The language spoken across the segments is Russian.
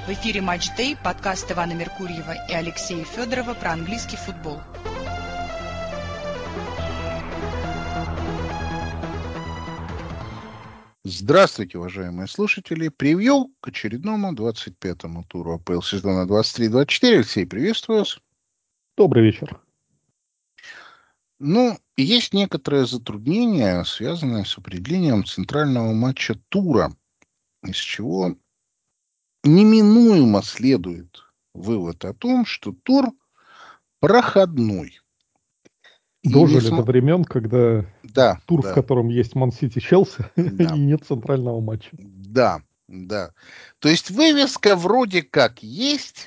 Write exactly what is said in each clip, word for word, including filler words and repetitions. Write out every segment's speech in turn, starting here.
В эфире Матч Day, подкаст Ивана Меркурьева и Алексея Федорова про английский футбол. Здравствуйте, уважаемые слушатели. Превью к очередному двадцать пятому туру АПЛ сезона двадцать три двадцать четыре. Алексей, приветствую вас. Добрый вечер. Ну, есть некоторые затруднения, связанные с определением центрального матча тура, из чего неминуемо следует вывод о том, что тур проходной. Дожили несм... до времен, когда да, тур, да, в котором есть Ман-Сити-Челси, да, и нет центрального матча. да, да. То есть вывеска вроде как есть,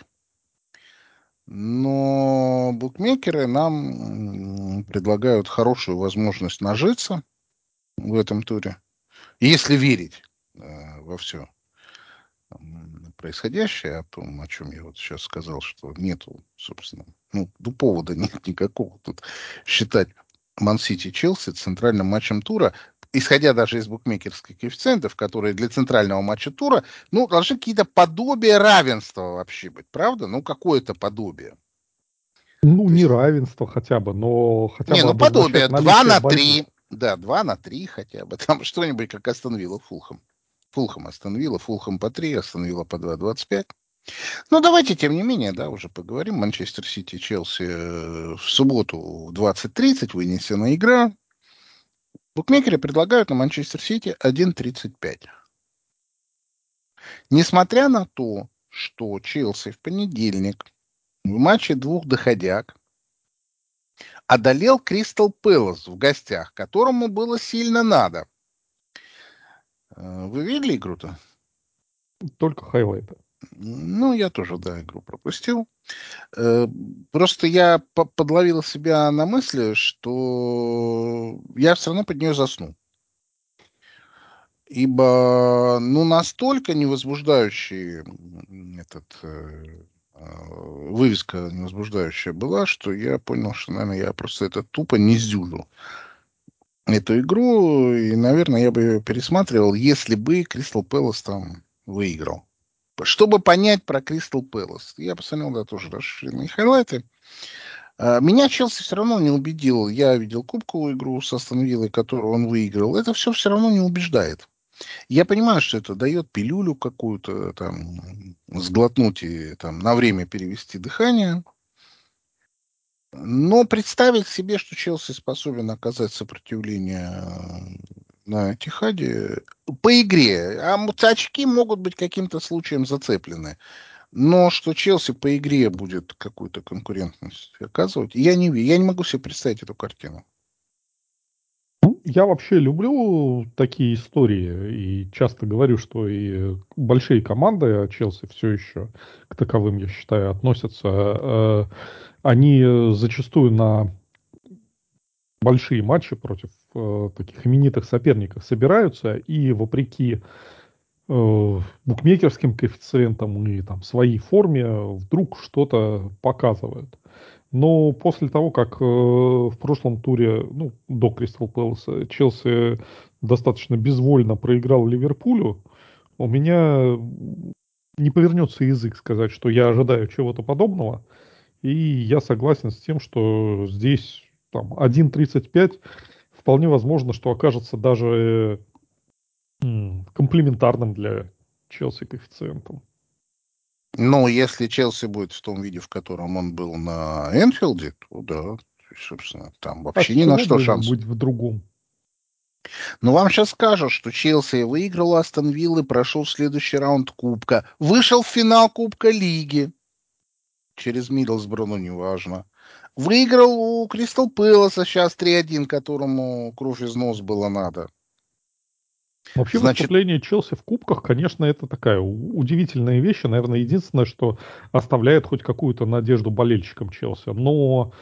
но букмекеры нам предлагают хорошую возможность нажиться в этом туре, если верить э, во все происходящее, о том, о чем я вот сейчас сказал, что нету, собственно, ну, ну, повода нет никакого тут считать Ман-Сити Челси центральным матчем тура, исходя даже из букмекерских коэффициентов, которые для центрального матча тура, ну, должны какие-то подобия равенства вообще быть, правда? Ну, какое-то подобие. Ну, То не есть, равенство хотя бы, но хотя не, бы ну, подобие обозначать два наличие на борьбы. три, да, два на три хотя бы, там что-нибудь, как Астон Вилла, Фулхэм. Фулхэм, Астон Вилла, Фулхэм по три, Астон Вилла по два двадцать пять. Ну, давайте, тем не менее, да, уже поговорим. Манчестер Сити, Челси э, в субботу в двадцать тридцать вынесена игра. Букмекеры предлагают на Манчестер Сити один тридцать пять. Несмотря на то, что Челси в понедельник в матче двух доходяг одолел Кристал Пэлас в гостях, которому было сильно надо. Э, Вы видели игру-то? Только хайлайты. Ну, я тоже, да, игру пропустил. Э, Просто я по- подловил себя на мысли, что я все равно под нее засну. Ибо, ну, настолько невозбуждающий м, этот э, э, вывеска невозбуждающая была, что я понял, что, наверное, я просто это тупо не сдюжу эту игру, и, наверное, я бы ее пересматривал, если бы Кристал Пэлас там выиграл. Чтобы понять про Кристал Пэлас, я посмотрел, да, тоже расширенные хайлайты. А, Меня Челси все равно не убедил. Я видел кубковую игру с Астон Виллой, которую он выиграл. Это все все равно не убеждает. Я понимаю, что это дает пилюлю какую-то, там, сглотнуть и там, на время перевести дыхание. Но представить себе, что Челси способен оказать сопротивление э, на Этихаде по игре, а м- очки могут быть каким-то случаем зацеплены. Но что Челси по игре будет какую-то конкурентность оказывать, я не вижу. Я не могу себе представить эту картину. Ну, я вообще люблю такие истории и часто говорю, что и большие команды, а Челси все еще к таковым, я считаю, относятся. э, Они зачастую на большие матчи против э, таких именитых соперников собираются и вопреки э, букмекерским коэффициентам и там своей форме вдруг что-то показывают. Но после того, как э, в прошлом туре, ну, до Кристал Пэласа, Челси достаточно безвольно проиграл Ливерпулю, у меня не повернется язык сказать, что я ожидаю чего-то подобного, и я согласен с тем, что здесь там один тридцать пять вполне возможно, что окажется даже м, комплементарным для Челси коэффициентом. Но если Челси будет в том виде, в котором он был на Энфилде, то да, то есть, собственно, там А с вообще ни на чего что бы ему шанс. быть в другом? Но вам сейчас скажут, что Челси выиграл Астон Виллы, прошел следующий раунд Кубка, вышел в финал Кубка Лиги через Миддлсбро, ну, неважно. Выиграл у Кристал Пэласа сейчас три один, которому кровь из нос было надо. Вообще Значит, выступление Челси в кубках, конечно, это такая у- удивительная вещь. И, наверное, единственное, что оставляет хоть какую-то надежду болельщикам Челси. Но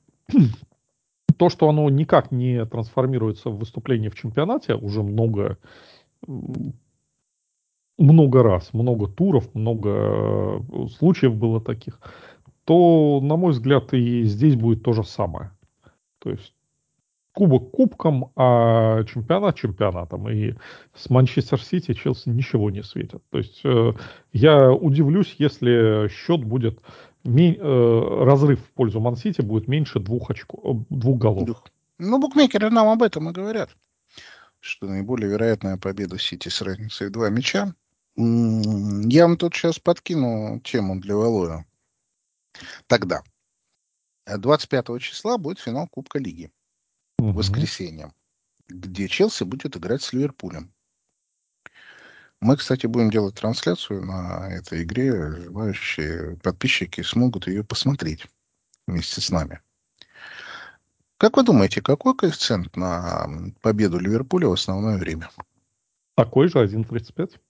то, что оно никак не трансформируется в выступление в чемпионате уже много, м, много раз, много туров, много э, случаев было таких, то, на мой взгляд, и здесь будет то же самое. То есть кубок кубком, а чемпионат чемпионатом. И с Манчестер Сити Челси ничего не светит. То есть э, я удивлюсь, если счет будет ми- э, разрыв в пользу Ман-Сити будет меньше двух очков, э, двух голов. Дух. Ну, букмекеры нам об этом и говорят, что наиболее вероятная победа Сити с разницей в два мяча. М, Я вам тут сейчас подкину тему для Валуя. Тогда. двадцать пятого числа будет финал Кубка Лиги. Мгм. Воскресенье. Где Челси будет играть с Ливерпулем. Мы, кстати, будем делать трансляцию на этой игре. Желающие подписчики смогут ее посмотреть вместе с нами. Как вы думаете, какой коэффициент на м, победу Ливерпуля в основное время? Такой же один тридцать пять.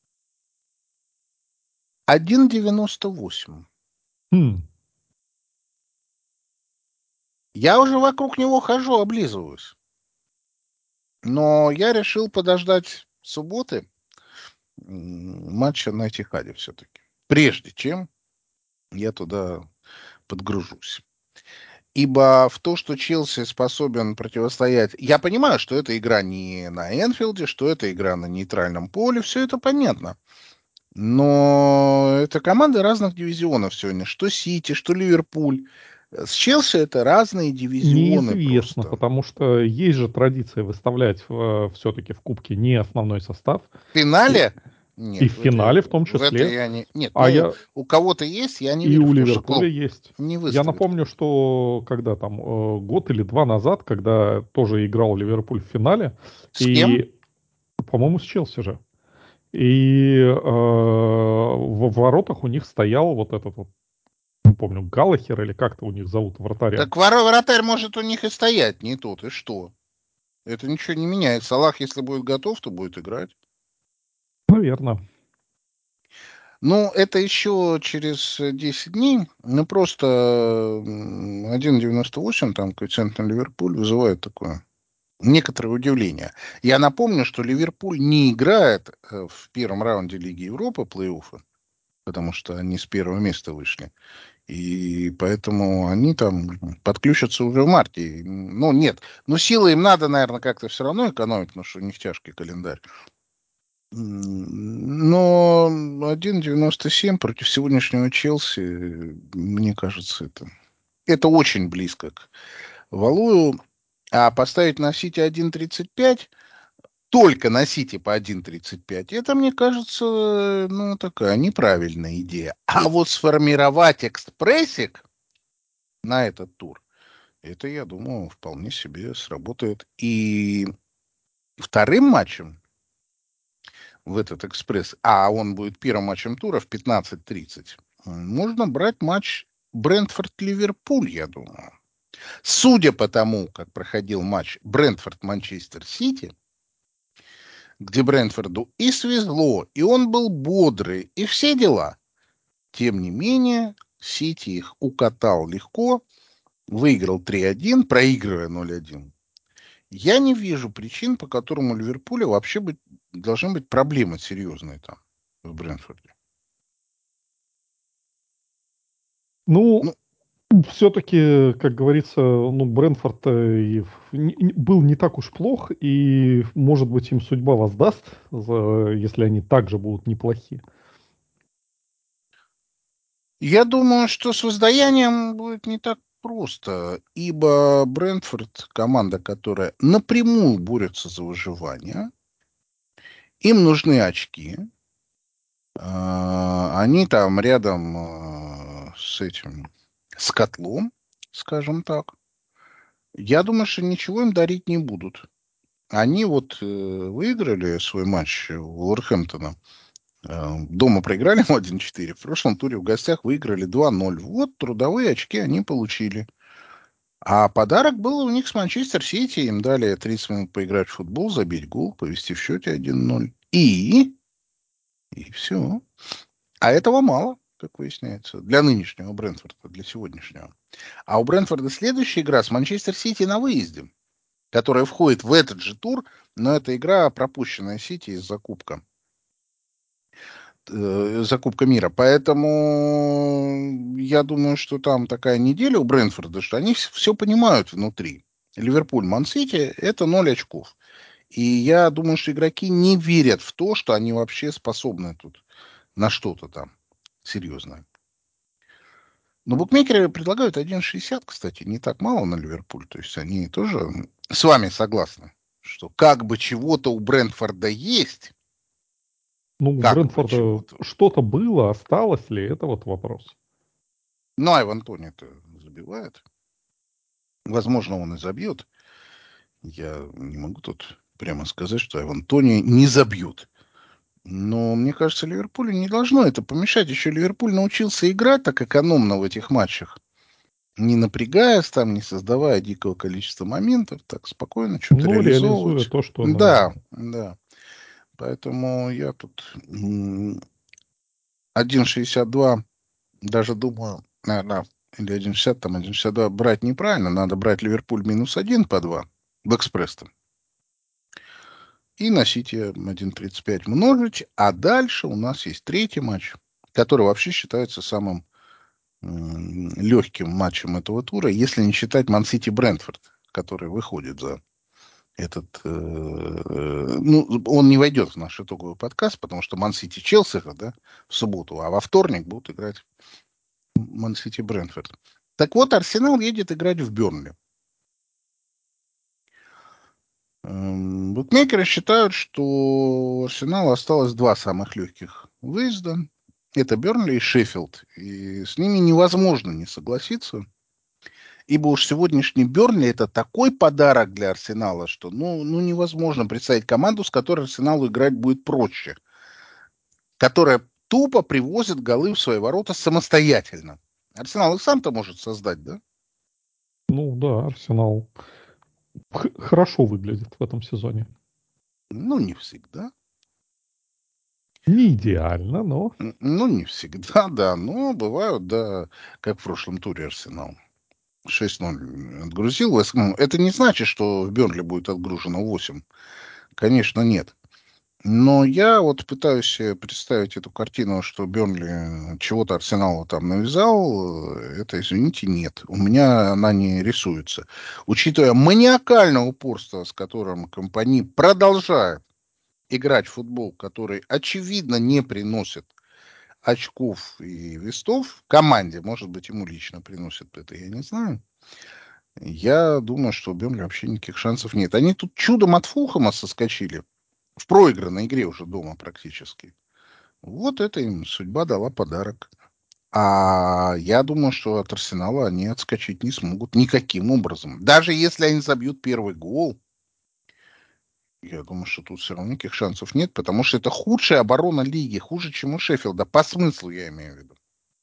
один девяносто восемь. Хм. Я уже вокруг него хожу, облизываюсь. Но я решил подождать субботы м, матча на Этихаде все-таки. Прежде чем я туда подгружусь. Ибо в то, что Челси способен противостоять... Я понимаю, что это игра не на Энфилде, что это игра на нейтральном поле, все это понятно. Но это команды разных дивизионов сегодня. Что Сити, что Ливерпуль. С Челси это разные дивизионы Неизвестно, просто. потому что есть же традиция выставлять все-таки в кубке не основной состав. В И, финале? и в Нет, в это, финале в том в это числе. я не... Нет, А ну, я у кого-то есть, я не и верю у в то, что Ливерпуля Клоп есть. не Я выставит. напомню, что когда там э, год или два назад, когда тоже играл Ливерпуль в финале, С кем? и, по-моему, с Челси же. И э, в воротах у них стоял вот этот вот, не помню, Галлахер или как-то у них зовут вратаря. Так воро- вратарь может у них и стоять не тот, и что? Это ничего не меняет. Салах, если будет готов, то будет играть. Наверное. Ну, это еще через десять дней. Ну, просто м, один девяносто восемь, там, коэффициент на Ливерпуль, вызывает такое некоторое удивление. Я напомню, что Ливерпуль не играет э, в первом раунде Лиги Европы плей-оффа, потому что они с первого места вышли. И поэтому они там подключатся уже в марте. Ну, нет. Ну, силы им надо, наверное, как-то все равно экономить, потому что у них тяжкий календарь. М, Но один девяносто семь против сегодняшнего Челси, мне кажется, это, это очень близко к Валую. А поставить на Сити один тридцать пять, только на Сити по один тридцать пять, это, мне кажется, ну, такая неправильная идея. А вот сформировать экспрессик на этот тур, это, я думаю, вполне себе сработает. И вторым матчем в этот экспресс, а он будет первым матчем тура в пятнадцать тридцать, можно брать матч Брентфорд-Ливерпуль, я думаю. Судя по тому, как проходил матч Брентфорд-Манчестер Сити, где Брентфорду и свезло, и он был бодрый, и все дела. Тем не менее, Сити их укатал легко, выиграл три один, проигрывая ноль один. Я не вижу причин, по которым у Ливерпуля вообще быть, должны быть проблемы серьезные там, в Брентфорде. Ну, Ну, все-таки, как говорится, ну, Брентфорд э, и в- не- не- был не так уж плох, и, может быть, им судьба воздаст, за- если они также будут неплохи. я думаю, что с воздаянием будет не так просто, ибо Брентфорд — команда, которая напрямую борется за выживание, им нужны очки. А, Они там рядом а, с этим, с котлом, скажем так. Я думаю, что ничего им дарить не будут. Они вот э, выиграли свой матч у Вулверхэмптона. Э, Дома проиграли ему один четыре. В прошлом туре в гостях выиграли два ноль. Вот трудовые очки они получили. А подарок был у них с Манчестер Сити. Им дали тридцать минут поиграть в футбол, забить гол, повести в счете один ноль. И... И все. А этого мало, как выясняется, для нынешнего Брентфорда, для сегодняшнего. А у Брентфорда следующая игра с Манчестер Сити на выезде, которая входит в этот же тур, но это игра, пропущенная Сити из-за кубка. э, за Кубка мира. Поэтому я думаю, что там такая неделя у Брентфорда, что они все понимают внутри. Ливерпуль, Ман-Сити – это ноль очков. И я думаю, что игроки не верят в то, что они вообще способны тут на что-то там серьезное. Но букмекеры предлагают один шестьдесят, кстати, не так мало на Ливерпуль. То есть они тоже с вами согласны, что как бы чего-то у Брентфорда есть, Ну, у как бы Брентфорда чего-то. что-то было, осталось ли, это вот вопрос. Ну, Айван Тони-то забивает. Возможно, он и забьет. Я не могу тут прямо сказать, что Айван Тони не забьет. Но мне кажется, Ливерпулю не должно это помешать. Еще Ливерпуль научился играть так экономно в этих матчах. Не напрягаясь там, не создавая дикого количества моментов, так спокойно что-то Ну, реализуя реализовывать. то, что Да, нужно. да. Поэтому я тут м, один шестьдесят два даже думаю, наверное, или один шестьдесят, там один шестьдесят два брать неправильно. Надо брать Ливерпуль минус один по два в экспресс там. И на Сити один тридцать пять множить. А дальше у нас есть третий матч, который вообще считается самым м, легким матчем этого тура, если не считать Ман-Сити Брентфорд, который выходит за этот... э, э, ну, он не войдет в наш итоговый подкаст, потому что Ман-Сити Челси, да, в субботу, а во вторник будут играть Ман-Сити Брентфорд. Так вот, Арсенал едет играть в Бернли. Эм, Букмекеры считают, что у Арсенала осталось два самых легких выезда. Это Бернли и Шеффилд. И с ними невозможно не согласиться. Ибо уж сегодняшний Бернли – это такой подарок для Арсенала, что ну, ну невозможно представить команду, с которой Арсеналу играть будет проще. Которая тупо привозит голы в свои ворота самостоятельно. Арсенал и сам-то может создать, да? Ну да, Арсенал х- хорошо выглядит в этом сезоне. Ну, не всегда. Не идеально, но Н- Ну, не всегда, да. Но бывают, да, как в прошлом туре Арсенал. шесть ноль отгрузил Вест Хэм. Это не значит, что в Бернли будет отгружено восемь. Конечно, нет. Но я вот пытаюсь себе представить эту картину, что Бернли чего-то Арсеналу там навязал. Это, извините, нет. У меня она не рисуется. Учитывая маниакальное упорство, с которым компания продолжает играть в футбол, который, очевидно, не приносит очков и вестов команде, может быть, ему лично приносит это, я не знаю. Я думаю, что у Бернли вообще никаких шансов нет. Они тут чудом от Фулхэма соскочили. В проигранной игре уже дома практически. Вот это им судьба дала подарок. А я думаю, что от Арсенала они отскочить не смогут никаким образом. Даже если они забьют первый гол, я думаю, что тут все равно никаких шансов нет, потому что это худшая оборона лиги, хуже, чем у Шеффилда. По смыслу я имею в виду.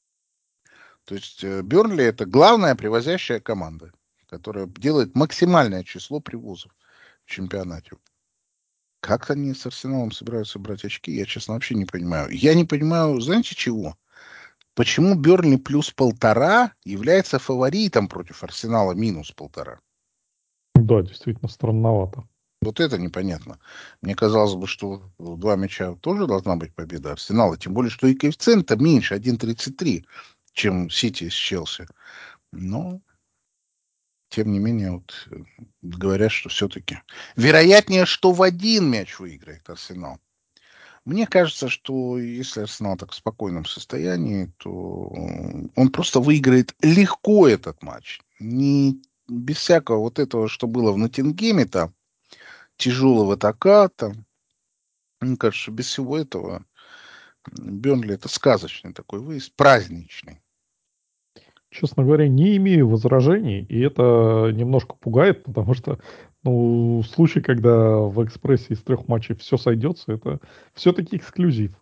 То есть э, Бернли – это главная привозящая команда, которая делает максимальное число привозов в чемпионате. Как они с Арсеналом собираются брать очки, я, честно, вообще не понимаю. Я не понимаю, знаете чего? Почему Бернли плюс полтора является фаворитом против Арсенала минус полтора? да, действительно странновато. Вот это непонятно. Мне казалось бы, что в два мяча тоже должна быть победа Арсенала. Тем более, что и коэффициент-то меньше, один тридцать три, чем Сити с Челси. Но тем не менее, вот э, говорят, что все-таки вероятнее, что в один мяч выиграет Арсенал. Мне кажется, что если Арсенал так в спокойном состоянии, то он просто выиграет легко этот матч. Не без всякого вот этого, что было в Ноттингеме, там, тяжелого така, там. Мне кажется, без всего этого Бернли это сказочный такой выезд, праздничный. Честно говоря, не имею возражений, и это немножко пугает, потому что, ну, случай, когда в «Экспрессе» из трех матчей все сойдется, это все-таки эксклюзив.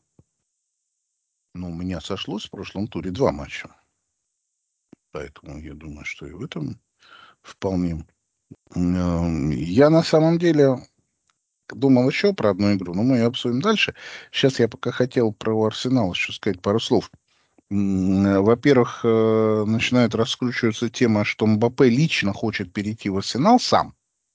Ну, у меня сошлось в прошлом туре два матча. Поэтому я думаю, что и в этом вполне. М, Я на самом деле думал еще про одну игру, но мы ее обсудим дальше. Сейчас я пока хотел про Арсенал еще сказать пару слов. М, Во-первых, э, начинает раскручиваться тема, что Мбаппе лично хочет перейти в Арсенал сам.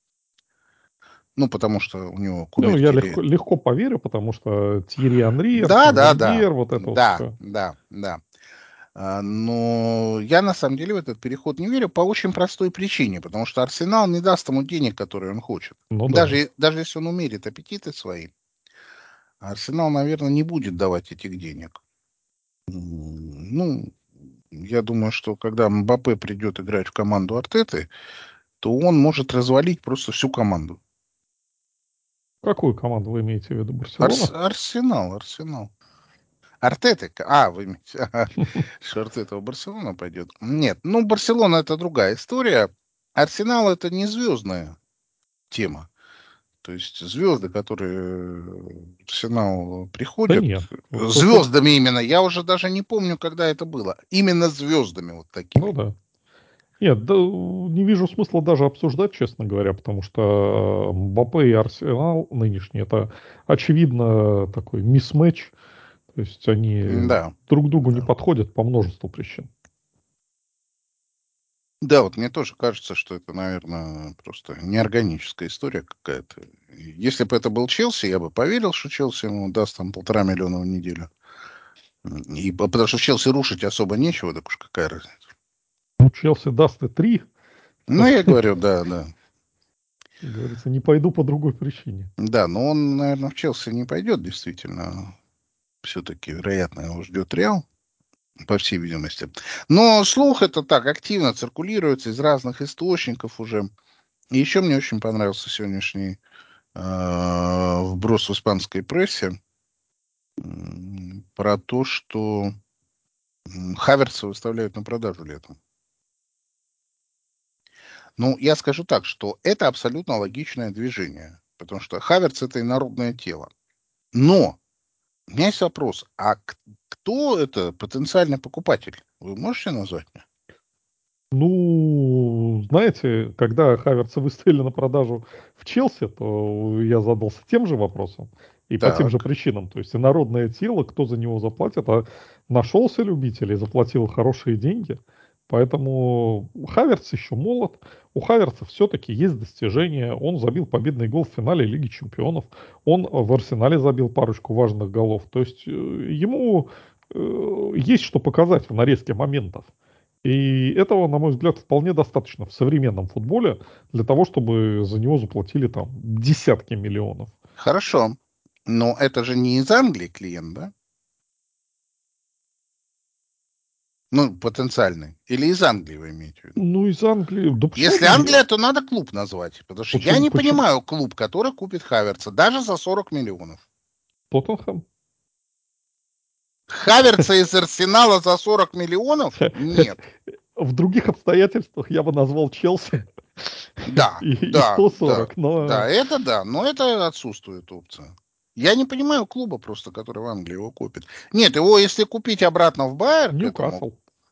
Ну, потому что у него Ну, кумир я Кири. легко, легко поверю, потому что Тьерри Анри, Да, Арсен да, да. Венгер, вот это вот Да, все. да, да. А, Но я на самом деле в этот переход не верю по очень простой причине, потому что Арсенал не даст ему денег, которые он хочет. Ну да. Даже, даже если он умерит аппетиты свои, Арсенал, наверное, не будет давать этих денег. М, Ну, я думаю, что когда Мбаппе придет играть в команду Артеты, то он может развалить просто всю команду. Какую команду вы имеете в виду? Арс- Барселона? Арсенал, Арсенал. Артета, а, вы имеете, ага, что Артета в Барселону пойдет. Нет, ну, Барселона это другая история. Арсенал это не звездная тема. То есть звезды, которые в Арсенал Да приходят, нет. Вот то, то- звездами именно, я уже даже не помню, когда это было. Именно звездами вот Ну такими. да. Нет, да, не вижу смысла даже обсуждать, честно говоря, потому что Мбаппе и Арсенал нынешний — это очевидно такой мисс-матч. То есть они Да, друг другу не да. подходят по множеству причин. Да, вот мне тоже кажется, что это, наверное, просто неорганическая история какая-то. Если бы это был Челси, я бы поверил, что Челси ему даст там полтора миллиона в неделю. И, по- потому что в Челси рушить особо нечего, так уж какая разница. Ну, Челси даст и три, Ну, то, я говорю, да, да. как говорится, не пойду по другой причине. Да, но он, наверное, в Челси не пойдет, действительно. Все-таки, вероятно, его ждет Реал, по всей видимости. Но слух это так активно циркулируется из разных источников уже. И еще мне очень понравился сегодняшний э, вброс в испанской прессе м, про то, что м, Хаверца выставляют на продажу летом. Ну, я скажу так, что это абсолютно логичное движение, потому что Хаверц это инородное тело. Но у меня есть вопрос, а к- кто это потенциальный покупатель? Вы можете назвать мне? Ну, знаете, когда Хаверца выставили на продажу в Челси, то я задался тем же вопросом и по тем же Так, причинам. То есть инородное тело, кто за него заплатит, а нашелся любитель и заплатил хорошие деньги. Поэтому Хаверц еще молод. У Хаверца все-таки есть достижения. Он забил победный гол в финале Лиги Чемпионов. Он в Арсенале забил парочку важных голов. То есть э, ему э, есть что показать в нарезке моментов. И этого, на мой взгляд, вполне достаточно в современном футболе для того, чтобы за него заплатили там десятки миллионов. хорошо. Но это же не из Англии клиент, да? Ну, потенциальный. Или из Англии вы имеете в виду? Ну, из Англии, да почему Если же? Англия, то надо клуб назвать. Потому что я Почему, не почему? понимаю клуб, который купит Хаверца даже за сорок миллионов. Тоттенхэм? Хаверца из Арсенала за сорок миллионов? Нет. В других обстоятельствах я бы назвал Челси Да, и, и да, да, сто сорок, но да, это да, но это отсутствует опция. Я не понимаю клуба просто, который в Англии его купит. Нет, его если купить обратно в Байер к этому... Ньюкасл.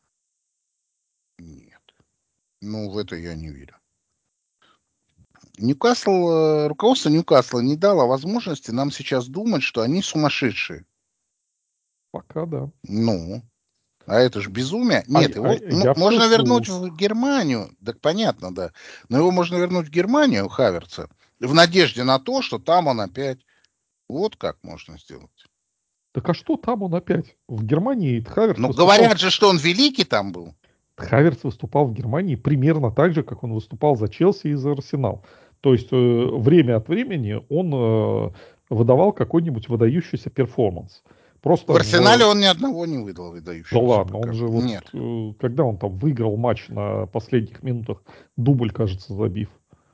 Нет, ну в это я не верю. Ньюкасл, э, руководство Ньюкасла не дало возможности нам сейчас думать, что они сумасшедшие. Пока да. Ну, а это же безумие. А, Нет, а его м- я все можно жду. вернуть в Германию. Так понятно, да. Но его можно вернуть в Германию, Хаверца, в надежде на то, что там он опять... Вот как можно сделать. Так а что там он опять? В Германии Хаверс Ну, выступал. говорят же, что он великий там был. Хаверс выступал в Германии примерно так же, как он выступал за Челси и за Арсенал. То есть э, время от времени он э, выдавал какой-нибудь выдающийся перформанс. Просто В Арсенале в... он ни одного не выдал Да выдающегося ладно, он пока. же вот, Нет. э, когда он там выиграл матч на последних минутах, дубль, кажется, забив.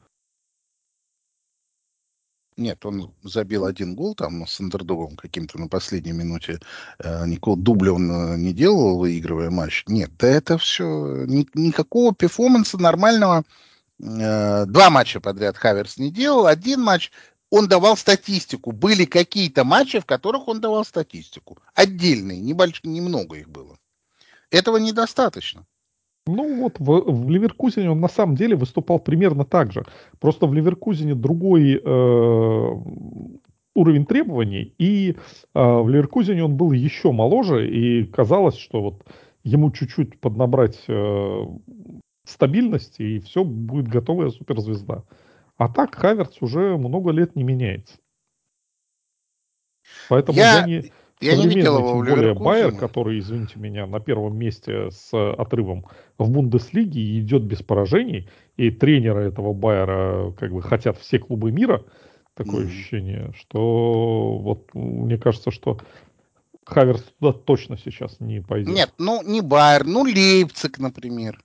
Нет, он забил один гол там с андердогом каким-то на последней минуте. Э, Никакого дубля он э, не делал, выигрывая матч. Нет, да это все... Никакого перформанса нормального. Э, Два матча подряд Хаверс не делал. Один матч он давал статистику. Были какие-то матчи, в которых он давал статистику. Отдельные, небольш... немного их было. Этого недостаточно. Ну вот в, в Ливеркузене он на самом деле выступал примерно так же. Просто в Ливеркузене другой э, уровень требований, и э, в Ливеркузене он был еще моложе, и казалось, что вот ему чуть-чуть поднабрать э, стабильности, и все, будет готовая суперзвезда. А так Хаверц уже много лет не меняется. Поэтому я Я не, Я не видел современный, его тем в более Байер, Ливеркузене. который, извините меня, на первом месте с отрывом в Бундеслиге и идет без поражений, и тренера этого Байера как бы хотят все клубы мира, такое Мгм. ощущение, что вот мне кажется, что Хаверс туда точно сейчас не пойдет. Нет, ну не Байер, ну Лейпциг, например.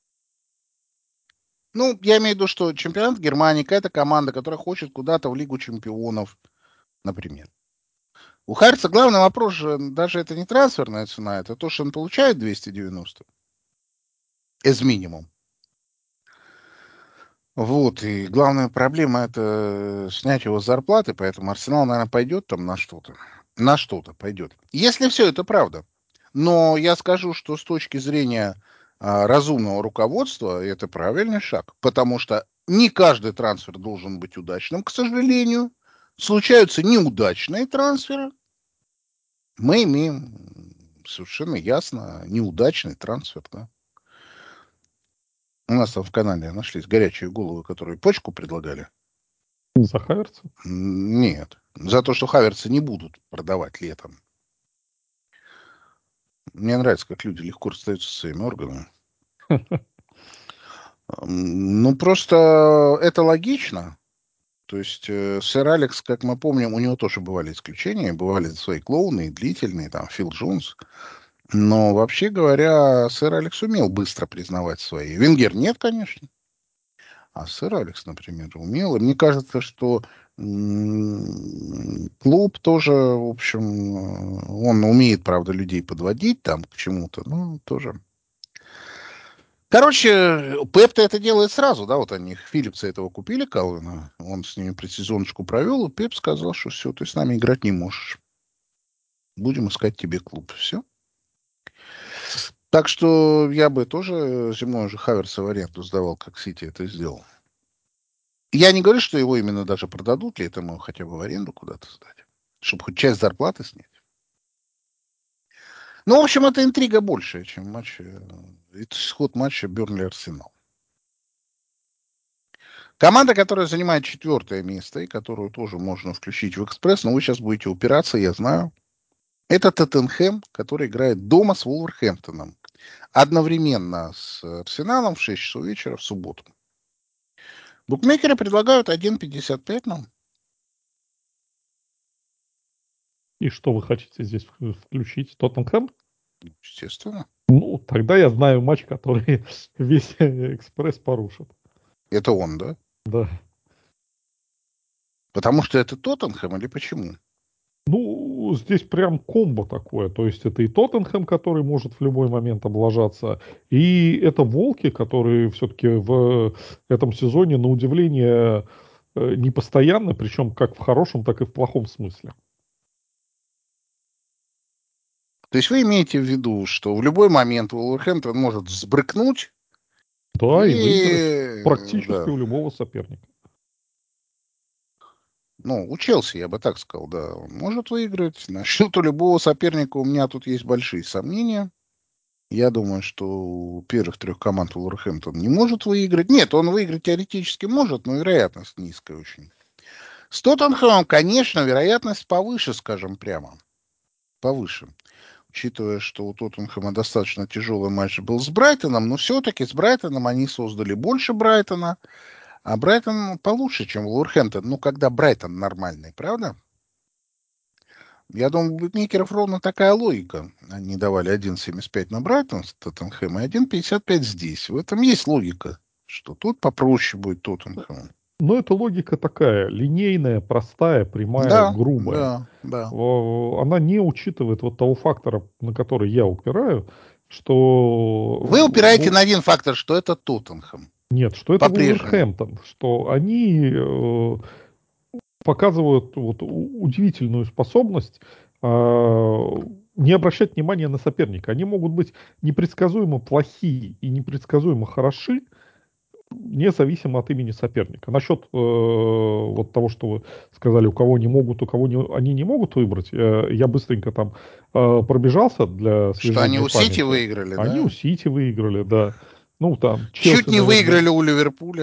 Ну, я имею в виду, что чемпионат Германии, какая-то команда, которая хочет куда-то в Лигу чемпионов, например. У Харца главный вопрос же, даже это не трансферная цена, это то, что он получает двести девяносто. Из минимум. Вот, и главная проблема это снять его с зарплаты, поэтому Арсенал, наверное, пойдет там на что-то. На что-то пойдет. Если все это правда. Но я скажу, что с точки зрения а, разумного руководства это правильный шаг, потому что не каждый трансфер должен быть удачным, к сожалению. Случаются неудачные трансферы. Мы имеем совершенно ясно неудачный трансфер, да. У нас там в канале нашлись горячие головы, которые почку предлагали. За Хаверса? Нет. За то, что Хаверса не будут продавать летом. Мне нравится, как люди легко расстаются со своими органами. Ну, просто это логично. То есть э, сэр Алекс, как мы помним, у него тоже бывали исключения, бывали свои клоуны, длительные, там, Фил Джонс. Но, вообще говоря, сэр Алекс умел быстро признавать свои. Венгер нет, конечно. А сэр Алекс, например, умел. И мне кажется, что м, клуб тоже, в общем, э, он умеет, правда, людей подводить там к чему-то, ну, тоже. Короче, Пеп-то это делает сразу, да, вот они, Филлипса этого купили, Калвина, он с ними предсезоночку провел, и Пеп сказал, что все, ты с нами играть не можешь. Будем искать тебе клуб. Все. Так что я бы тоже зимой уже Хаверса в аренду сдавал, как Сити это сделал. Я не говорю, что его именно даже продадут, ли это ему хотя бы в аренду куда-то сдать, чтобы хоть часть зарплаты снять. Ну, в общем, это интрига большая, чем матч, э, исход матча Бернли-Арсенал. Команда, которая занимает четвертое место, и которую тоже можно включить в экспресс, но вы сейчас будете упираться, я знаю. Это Тоттенхэм, который играет дома с Вулверхэмптоном. Одновременно с Арсеналом в шесть часов вечера в субботу. Букмекеры предлагают один пятьдесят пять нам. И что вы хотите здесь включить? Тоттенхэм? Естественно. Ну, тогда я знаю матч, который весь экспресс порушит. Это он, да? Да. Потому что это Тоттенхэм или почему? Ну, здесь прям комбо такое. То есть это и Тоттенхэм, который может в любой момент облажаться, и это Волки, которые все-таки в этом сезоне, на удивление, э, непостоянны, причем как в хорошем, так и в плохом смысле. То есть вы имеете в виду, что в любой момент Вулверхэмптон может взбрыкнуть Да, и выиграть и... практически Да. у любого соперника. Ну, у Челси, я бы так сказал, да. Он может выиграть. Насчет у любого соперника у меня тут есть большие сомнения. Я думаю, что у первых трех команд Вулверхэмптон не может выиграть. Нет, он выиграть теоретически может, но вероятность низкая очень. С Тоттенхэмом, конечно, вероятность повыше, скажем прямо. Повыше. Учитывая, что у Тоттенхэма достаточно тяжелый матч был с Брайтоном, но все-таки с Брайтоном они создали больше Брайтона, а Брайтон получше, чем Вулверхэмптон. Ну, когда Брайтон нормальный, правда? Я думаю, у букмекеров ровно такая логика. Они давали один семьдесят пять на Брайтон с Тоттенхэма и один пятьдесят пять здесь. В этом есть логика, что тут попроще будет Тоттенхэм. Но эта логика такая, линейная, простая, прямая, Да, грубая. да, да. О, Она не учитывает вот того фактора, на который я упираю, что Вы упираете Вул- на один фактор, что это Тоттенхэм. нет, что это По-прежнему. Вулверхэмптон, что они э, показывают вот у- удивительную способность э, не обращать внимания на соперника. Они могут быть непредсказуемо плохие и непредсказуемо хороши, независимо от имени соперника. Насчет э, вот того, что вы сказали, у кого не могут, у кого не, они не могут выбрать, э, я быстренько там э, пробежался для Что они освежения у Сити памяти. выиграли, Они у да? Сити выиграли, да. Ну, там, Чуть Челси, не наверное, выиграли у Ливерпуля.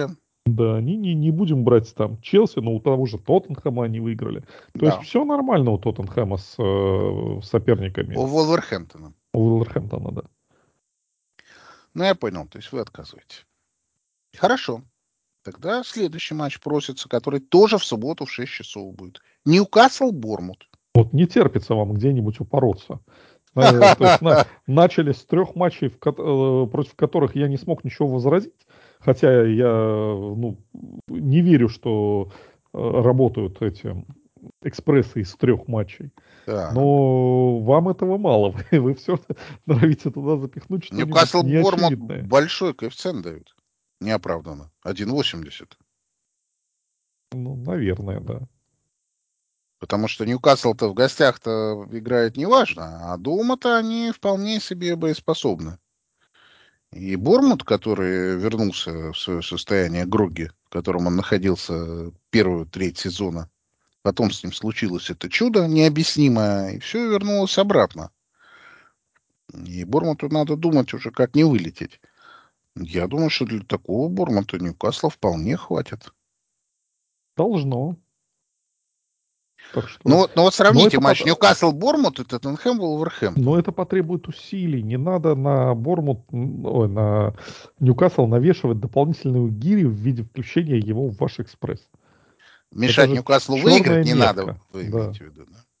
Да, не, не, не будем брать там Челси, но у того же Тоттенхэма они выиграли. То есть Да. все нормально у Тоттенхэма с э, соперниками У Вулверхэмптона. у Вулверхэмптона, да. Ну, я понял, то есть вы отказываете. Хорошо. Тогда следующий матч просится, который тоже в субботу в шесть часов будет. Ньюкасл-Бормут. Вот не терпится вам где-нибудь упороться. Э, То есть на, начали с трех матчей, в, ко- э, против которых я не смог ничего возразить, хотя я ну, не верю, что э, работают эти экспрессы из трех матчей. Да. Но вам этого мало. Вы, вы все норовите туда запихнуть что-нибудь Ньюкасл-Бормут неочевидное. большой коэффициент дают. Неоправданно. один восемьдесят. Ну, наверное, да. Потому что Ньюкасл-то в гостях-то играет неважно, а дома-то они вполне себе боеспособны. И Бормут, который вернулся в свое состояние Грогги, в котором он находился первую треть сезона, потом с ним случилось это чудо необъяснимое, и все вернулось обратно. И Бормуту надо думать уже, как не вылететь. Я думаю, что для такого Бормута Ньюкасла вполне хватит. Должно. Так Ну что... вот, ну вот Но сравните это, матч под- Ньюкасл-Бормут и но Тоттенхэм-Вулверхэмптон. это потребует усилий. Не надо на Бормут, м, ой, на Ньюкасл навешивать метальную гири в виде включения его в ваш экспресс. Это Мешать же Ньюкаслу выиграть черная не надо, метка. вы Да. имеете в виду, да?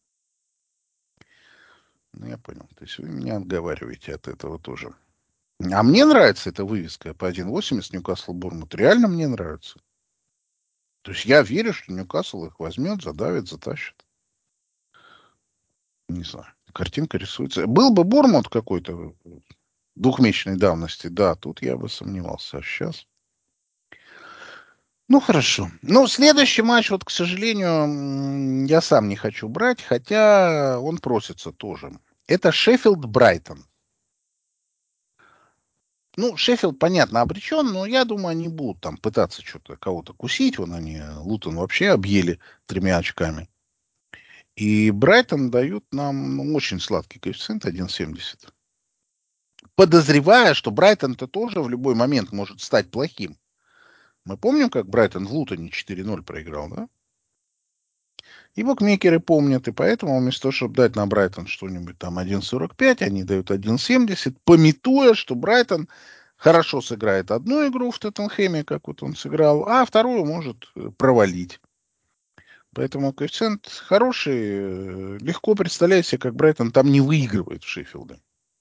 Ну, я понял. То есть вы меня отговариваете от этого тоже. А мне нравится эта вывеска по один восемьдесят Ньюкасл-Бормут. Реально мне нравится. То есть я верю, что Ньюкасл их возьмет, задавит, затащит. Не знаю. Картинка рисуется. Был бы Бормут какой-то двухмесячной давности, да, тут я бы сомневался. А сейчас... Ну, хорошо. Ну, следующий матч, вот, к сожалению, м, я сам не хочу брать, хотя он просится тоже. Это Шеффилд-Брайтон. Ну, Шеффилд, понятно, обречен, но я думаю, они будут там пытаться что-то, кого-то кусить. Вон они, Лутон вообще объели тремя очками. И Брайтон дают нам ну, очень сладкий коэффициент один семьдесят. Подозревая, что Брайтон-то тоже в любой момент может стать плохим. Мы помним, как Брайтон в Лутоне четыре ноль проиграл, да? И букмекеры помнят, и поэтому вместо того, чтобы дать на Брайтон что-нибудь там один сорок пять, они дают один семьдесят, памятуя, что Брайтон хорошо сыграет одну игру в Тоттенхэме, как вот он сыграл, а вторую может э, провалить. Поэтому коэффициент хороший. э, Легко представляете себе, как Брайтон там не выигрывает в Шеффилде.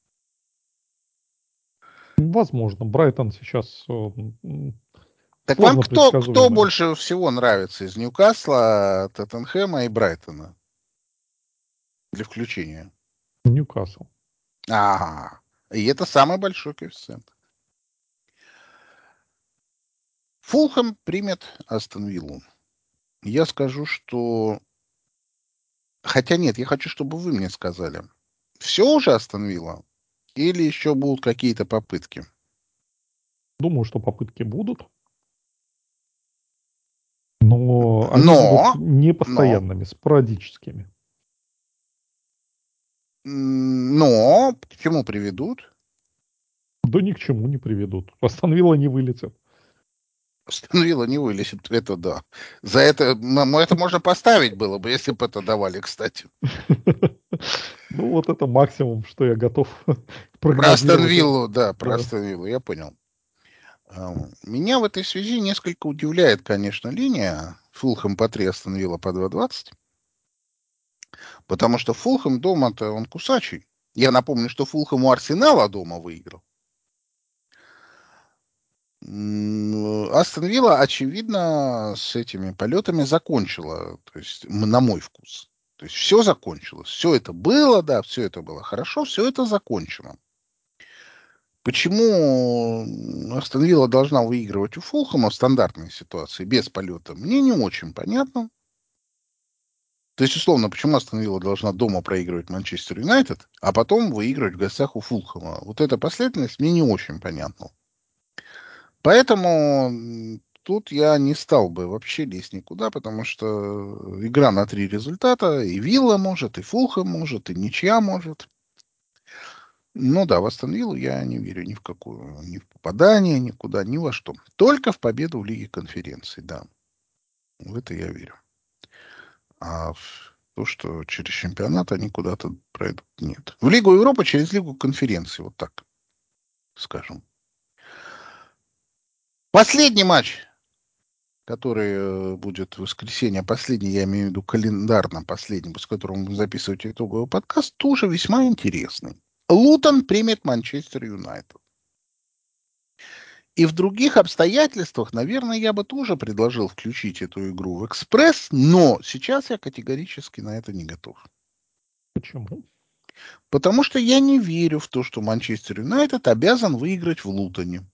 Возможно. Брайтон сейчас э, м, Так вам сложно кто, кто предсказуемый. больше всего нравится из Ньюкасла, Тоттенхэма и Брайтона для включения? Ньюкасл. Ага. И это самый большой коэффициент. Фулхэм примет Астон Виллу. Я скажу, что... Хотя нет, я хочу, чтобы вы мне сказали. Все уже Астон Вилла? Или еще будут какие-то попытки? Думаю, что попытки будут, но они будут Но, но, непостоянными, спорадическими. м, но, к чему приведут? Да ни к чему не приведут. Астон Вилла не вылетит. Астон Вилла не вылезет, это да. За это, м, это можно поставить было бы, если бы это давали, кстати. Ну, вот это максимум, что я готов Про Астон прогнозировать. Виллу, да, про Да. Астон Виллу, я понял. А, Меня в этой связи несколько удивляет, конечно, линия Фулхэм по три, Астон Вилла по два двадцать. Потому что Фулхэм дома-то он кусачий. Я напомню, что Фулхэм у Арсенала дома выиграл. М, Астон Вилла, очевидно, с этими полетами закончила. То есть, м, на мой вкус. То есть, все закончилось. Все это было, да, все это было хорошо, все это закончено. Почему Астон Вилла должна выигрывать у Фулхэма в стандартной ситуации без полета, мне не очень понятно. То есть, условно, почему Астон Вилла должна дома проигрывать Манчестер Юнайтед, а потом выигрывать в гостях у Фулхэма? Вот эта последовательность мне не очень понятна. Поэтому м, тут я не стал бы вообще лезть никуда, потому что игра на три результата, и Вилла может, и Фулхэм может, и ничья может. Ну да, в Астон Виллу я не верю ни в какую, ни в попадание, никуда, ни во что. Только в победу в Лиге конференций, да. В это я верю. А в то, что через чемпионат они куда-то пройдут, нет. В Лигу Европы через Лигу конференций, вот так скажем. Последний матч, который э, будет в воскресенье, последний, я имею в виду календарно последний, с которым мы будем записывать итоговый подкаст, тоже весьма интересный. Лутон примет Манчестер Юнайтед. И в других обстоятельствах, наверное, я бы тоже предложил включить эту игру в экспресс, но сейчас я категорически на это не готов. Почему? Потому что я не верю в то, что Манчестер Юнайтед обязан выиграть в Лутоне.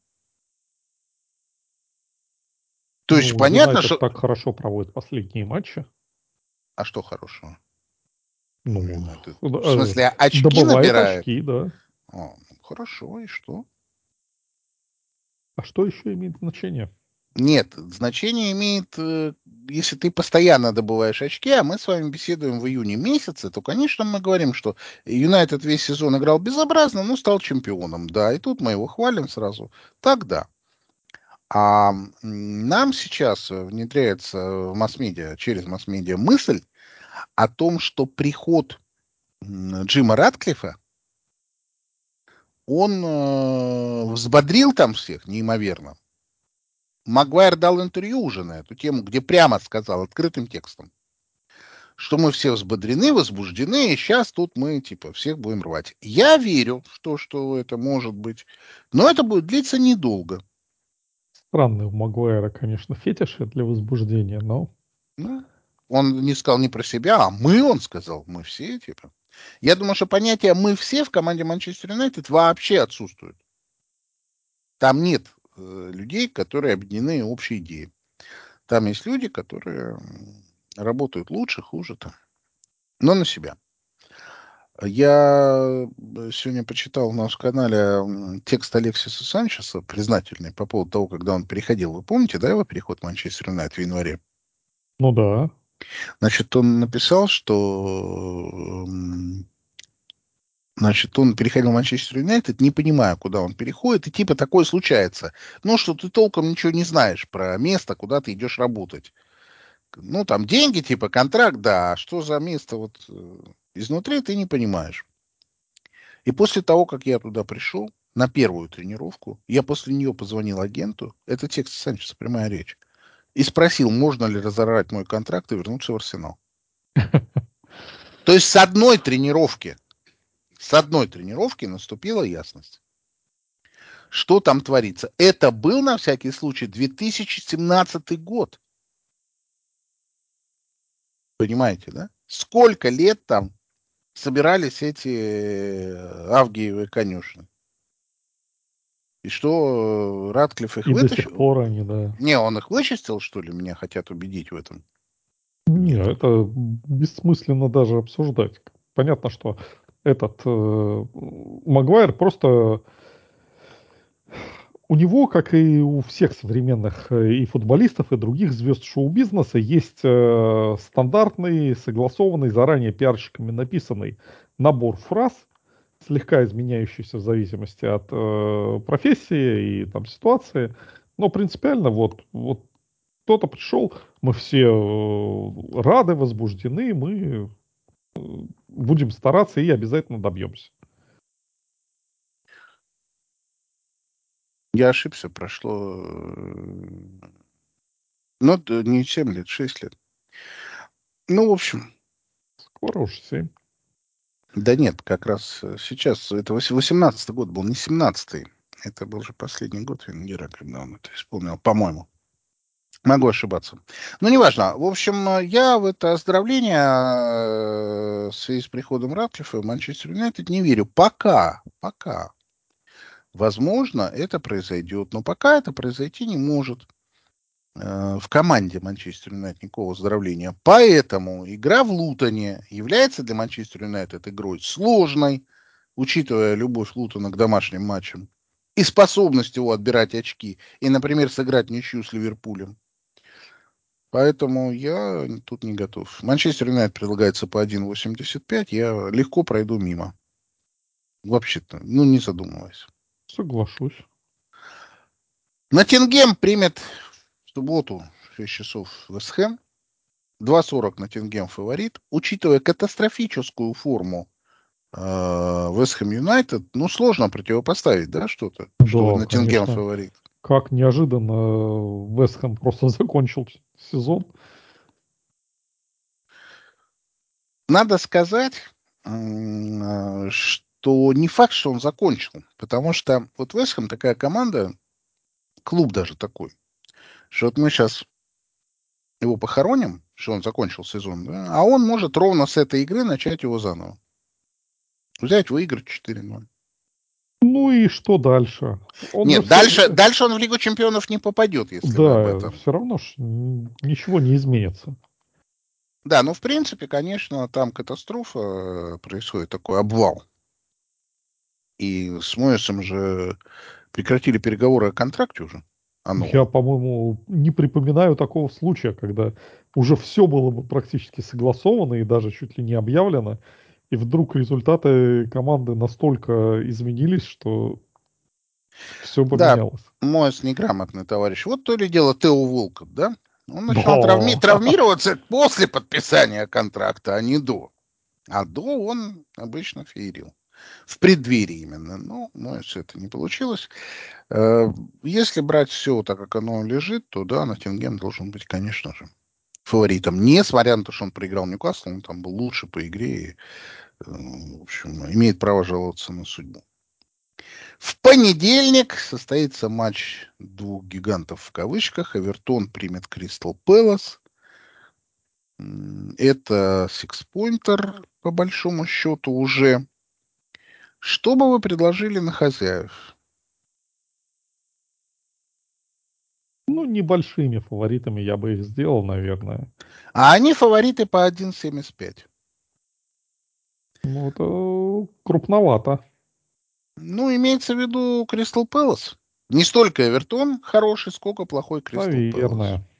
То есть Ну, понятно, Юнайтед что... так хорошо проводит последние матчи. А что хорошего? Ну, Юнайтед... В э, смысле, очки добывает набирает? очки, да. О, ну, хорошо, и что? А что еще имеет значение? Нет, значение имеет, э, если ты постоянно добываешь очки, а мы с вами беседуем в июне месяце, то, конечно, мы говорим, что Юнайтед весь сезон играл безобразно, но стал чемпионом. Да, и тут мы его хвалим сразу. Тогда. А м, нам сейчас э, внедряется в масс-медиа, через масс-медиа мысль о том, что приход м, Джима Ратклиффа, он э, взбодрил там всех неимоверно. Магуайр дал интервью уже на эту тему, где прямо сказал открытым текстом, что мы все взбодрены, возбуждены, и сейчас тут мы, типа, всех будем рвать. Я верю в то, что это может быть, но это будет длиться недолго. Странные у Магуайра, конечно, фетиши для возбуждения, но Ну, он не сказал не про себя, а мы, он сказал, мы все, типа. Я думаю, что понятие «мы все» в команде Манчестер Юнайтед вообще отсутствует. Там нет э, людей, которые объединены общей идеей. Там есть люди, которые м, работают лучше, хуже, там, но на себя. Я э, сегодня почитал у нас в канале м, текст Алексиса Санчеса, признательный по поводу того, когда он переходил. Вы помните, да, его переход в Манчестер Юнайтед в январе? ну да. Значит, он написал, что м, значит, он переходил в Манчестер Юнайтед, не понимая, куда он переходит, и типа такое случается. Ну, что ты толком ничего не знаешь про место, куда ты идешь работать. Ну, там деньги, типа контракт, да, а что за место вот э, изнутри ты не понимаешь. И после того, как я туда пришел, на первую тренировку, я после нее позвонил агенту, это текст Санчеса, прямая речь, и спросил, можно ли разорвать мой контракт и вернуться в Арсенал. То есть с одной тренировки, с одной тренировки наступила ясность. Что там творится? Это был, на всякий случай, две тысячи семнадцатый год. Понимаете, да? Сколько лет там собирались эти э, Авгиевы конюшни? И что, э, Ратклифф их И до сих вытащил? пор они, да. Не, он их вычистил, что ли? Меня хотят убедить в этом? Не, Нет. это бессмысленно даже обсуждать. Понятно, что этот э, Магуайр просто у него, как и у всех современных э, и футболистов, и других звезд шоу-бизнеса, есть э, стандартный, согласованный, заранее пиарщиками написанный набор фраз, слегка изменяющийся в зависимости от э, профессии и там ситуации. Но принципиально вот, вот кто-то пришел, мы все э, рады, возбуждены, мы будем стараться и обязательно добьемся. Я ошибся, прошло... э, Ну, д- не семь лет, шесть лет. Ну, в общем, Скоро уж семь. да нет, как раз э, сейчас, это вось- восемнадцатый год был, не семнадцатый. Это был же последний год Венгера, когда он это исполнил, по-моему. Могу ошибаться. Но неважно. В общем, э, я в это оздоровление э, в связи с приходом Ратклиффа в Манчестер Юнайтед не верю. Пока, пока. Возможно, это произойдет, но пока это произойти не может э, в команде Манчестер Юнайтед никакого оздоровления. Поэтому игра в Лутоне является для Манчестер Юнайтед игрой сложной, учитывая любовь Лутона к домашним матчам и способность его отбирать очки и, например, сыграть ничью с Ливерпулем. Поэтому я тут не готов. Манчестер Юнайтед предлагается по один восемьдесят пять, я легко пройду мимо. Вообще-то, ну, не задумываясь. Соглашусь. Ноттингем примет в субботу в шесть часов Вест Хэм. два сорок Ноттингем фаворит. Учитывая катастрофическую форму э, Вест Хэм Юнайтед, ну, сложно противопоставить, да, что-то, что Да, Ноттингем конечно. фаворит. Как неожиданно Вест Хэм просто закончил сезон. Надо сказать, м, э, что не факт, что он закончил, потому что вот Вест Хэм такая команда, клуб даже такой, что вот мы сейчас его похороним, что он закончил сезон, да, а он может ровно с этой игры начать его заново. Взять, выиграть четыре ноль. Ну и что дальше? Он же Нет, все... дальше, дальше он в Лигу чемпионов не попадет, если вы об Да, этом. все равно ж м, ничего не изменится. Да, ну, в принципе, конечно, там катастрофа э, происходит, такой обвал. И с Моэсом же прекратили переговоры о контракте уже, о Я, новом. по-моему, не припоминаю такого случая, когда уже все было бы практически согласовано и даже чуть ли не объявлено, и вдруг результаты команды настолько изменились, что все Да, поменялось. Моэс неграмотный товарищ. Вот то ли дело Тео Волкот, да? Он начинал травми- Да, травмироваться после подписания контракта, а не до. А до он обычно феерил. В преддверии именно. Но Моэс это не получилось. Э, Если брать все так, как оно лежит, то да, Ноттингем должен быть, конечно же, фаворитом. Несмотря на то, что он проиграл Ньюкаслу, он там был лучше по игре и, э, в общем, имеет право жаловаться на судьбу. В понедельник состоится матч двух гигантов в кавычках. Эвертон примет Кристал Пэлас. М, Это сикспойнтер, по большому счету, уже. Что бы вы предложили на хозяев? ну, небольшими фаворитами я бы их сделал, наверное. А они фавориты по один семьдесят пять. Ну, это крупновато, Ну, имеется в виду Кристал Пэлас. Не столько Эвертон хороший, сколько плохой Кристал Пэлас. наверное.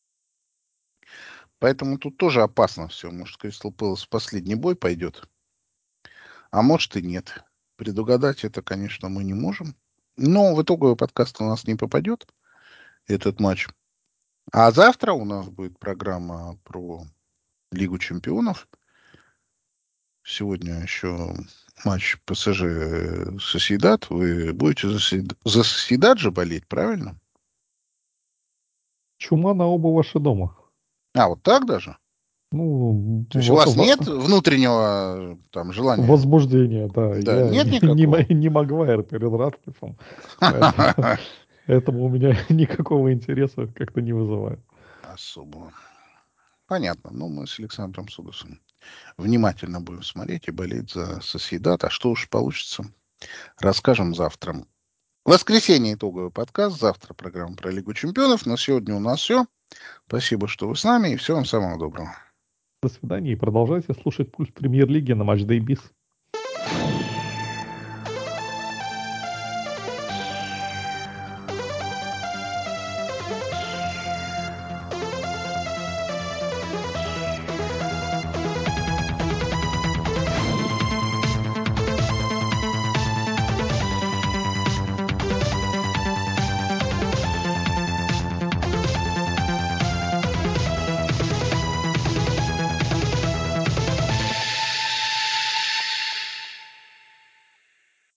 Поэтому тут тоже опасно все. Может, Кристал Пэлас в последний бой пойдет, а может и нет. Предугадать это, конечно, мы не можем. Но в итоговый подкаст у нас не попадет, этот матч. А завтра у нас будет программа про Лигу чемпионов. Сегодня еще матч ПСЖ Сосьедад. Вы будете за Сосьедад за Сосьедад же болеть, правильно? Чума на оба ваши дома. А, вот так даже? Ну, То есть у в- вас в- нет внутреннего там желания? возбуждение, да. Да, Я нет не, не, никакого. Ма- не Магуайр перед Ратклиффом, поэтому, поэтому у меня никакого интереса как-то не вызывает. Особого. Понятно. Ну, мы с Александром Судосом внимательно будем смотреть и болеть за Сосьедад. А что уж получится, расскажем завтра. В воскресенье итоговый подкаст. Завтра программа про Лигу чемпионов. На сегодня у нас все. Спасибо, что вы с нами. И всего вам самого доброго. До свидания и продолжайте слушать «Пульс Премьер-лиги» на Матч Day Биз.